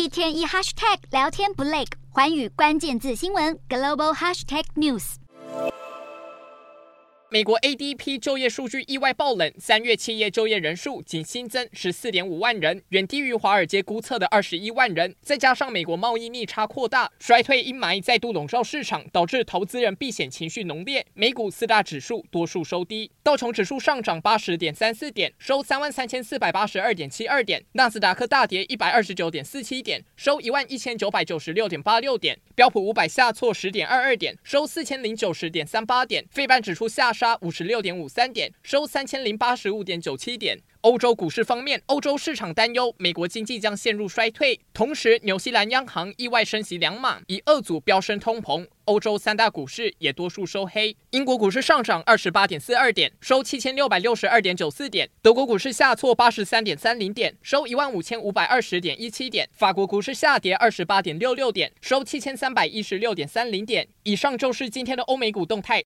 一天一 hashtag 聊天不累，寰宇关键字新闻 global hashtag news。 美国 ADP 就业数据意外爆冷，3月企业就业人数仅新增14.5万人，远低于华尔街估测的21万人。再加上美国贸易逆差扩大，衰退阴霾再度笼罩市场，导致投资人避险情绪浓烈。美股4大指数多数收低，道琼指数上涨80.34点，收33,482.72点；纳斯达克大跌129.47点，收11,996.86点；标普500下挫10.22点，收4090.38点；费半指数下杀56.53点，收3085.97点。欧洲股市方面，欧洲市场担忧美国经济将陷入衰退，同时纽西兰央行意外升息2码，以遏阻飙升通膨。欧洲3大股市也多数收黑，英国股市上涨28.42点，收7662.94点；德国股市下挫83.30点，收15520.17点；法国股市下跌28.66点，收7316.30点。以上就是今天的欧美股动态，